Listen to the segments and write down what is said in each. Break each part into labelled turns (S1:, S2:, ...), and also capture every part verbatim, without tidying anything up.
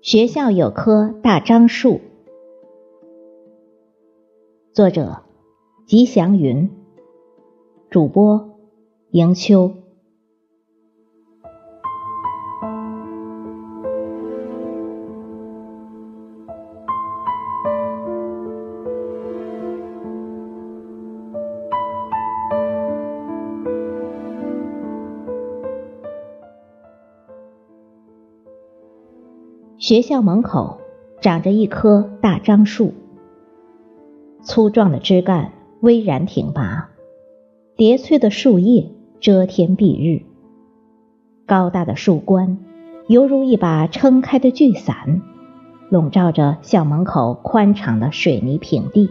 S1: 学校有棵大樟树。作者吉祥云，主播迎秋。学校门口长着一棵大樟树，粗壮的枝干巍然挺拔，叠翠的树叶遮天蔽日，高大的树冠犹如一把撑开的巨伞，笼罩着校门口宽敞的水泥平地。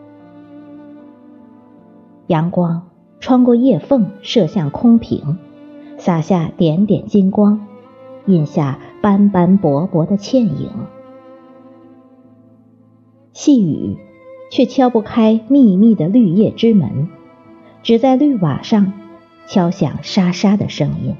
S1: 阳光穿过叶缝射向空瓶，洒下点点金光，印下斑斑驳驳的倩影。细雨却敲不开密密的绿叶之门，只在绿瓦上敲响沙沙的声音。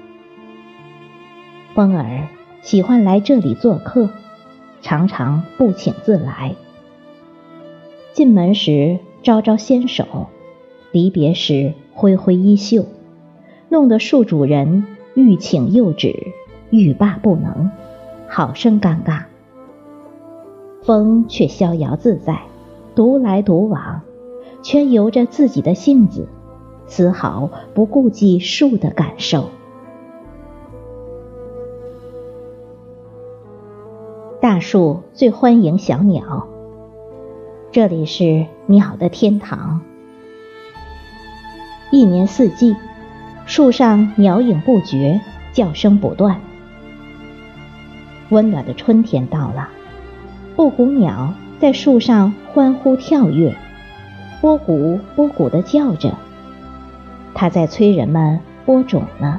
S1: 风儿喜欢来这里做客，常常不请自来。进门时招招纤手，离别时挥挥衣袖，弄得树主人欲请又止，欲罢不能，好生尴尬。风却逍遥自在，独来独往，全由着自己的性子，丝毫不顾及树的感受。大树最欢迎小鸟，这里是鸟的天堂。一年四季，树上鸟影不绝，叫声不断。温暖的春天到了，布谷鸟在树上欢呼跳跃，波谷波谷地叫着，它在催人们播种呢。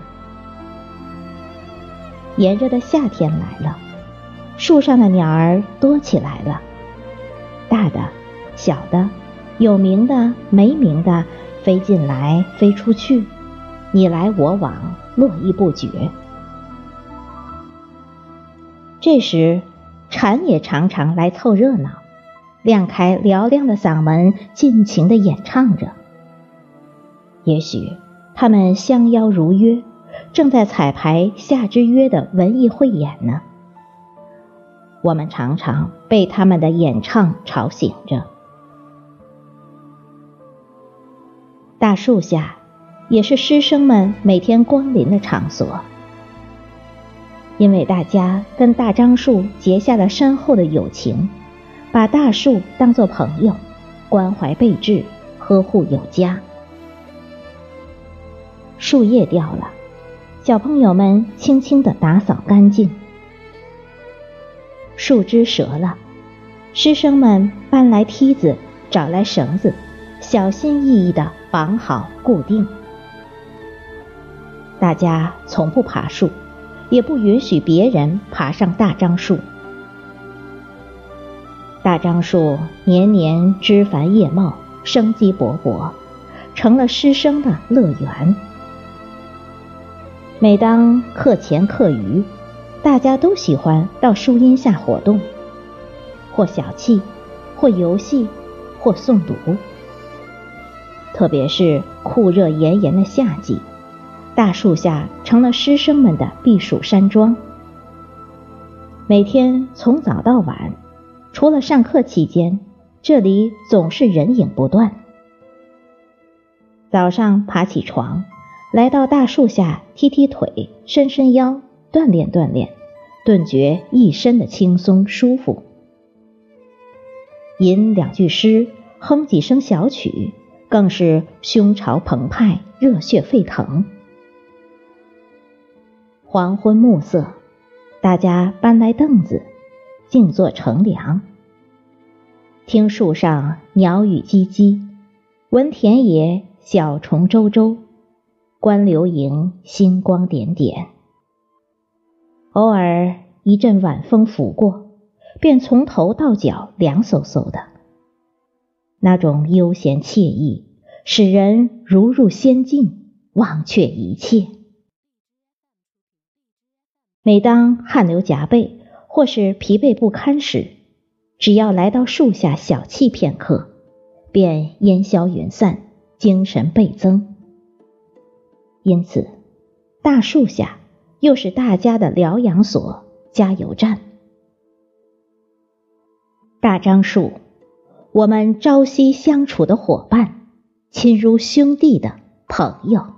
S1: 炎热的夏天来了，树上的鸟儿多起来了，大的、小的，有名的、没名的，飞进来飞出去，你来我往，络绎不绝。这时蝉也常常来凑热闹，亮开嘹亮的嗓门，尽情地演唱着。也许他们相邀如约，正在彩排夏之约的文艺汇演呢。我们常常被他们的演唱吵醒着。大树下也是师生们每天光临的场所，因为大家跟大樟树结下了深厚的友情，把大树当作朋友，关怀备至，呵护有加。树叶掉了，小朋友们轻轻地打扫干净；树枝折了，师生们搬来梯子，找来绳子，小心翼翼地绑好固定。大家从不爬树，也不允许别人爬上大樟树。大樟树年年枝繁叶茂，生机勃勃，成了师生的乐园。每当课前课余，大家都喜欢到树荫下活动，或小憩，或游戏，或诵读。特别是酷热炎炎的夏季，大树下成了师生们的避暑山庄。每天从早到晚，除了上课期间，这里总是人影不断。早上爬起床，来到大树下踢踢腿，伸伸腰，锻炼锻炼，顿觉一身的轻松舒服。吟两句诗，哼几声小曲，更是胸潮澎湃，热血沸腾。黄昏暮色，大家搬来凳子，静坐乘凉，听树上鸟语唧唧，闻田野小虫周周，观流萤星光点点。偶尔一阵晚风拂过，便从头到脚凉飕飕的，那种悠闲惬意，使人如入仙境，忘却一切。每当汗流浃背或是疲惫不堪时，只要来到树下小憩片刻，便烟消云散，精神倍增。因此，大树下又是大家的疗养所、加油站。大樟树，我们朝夕相处的伙伴，亲如兄弟的朋友。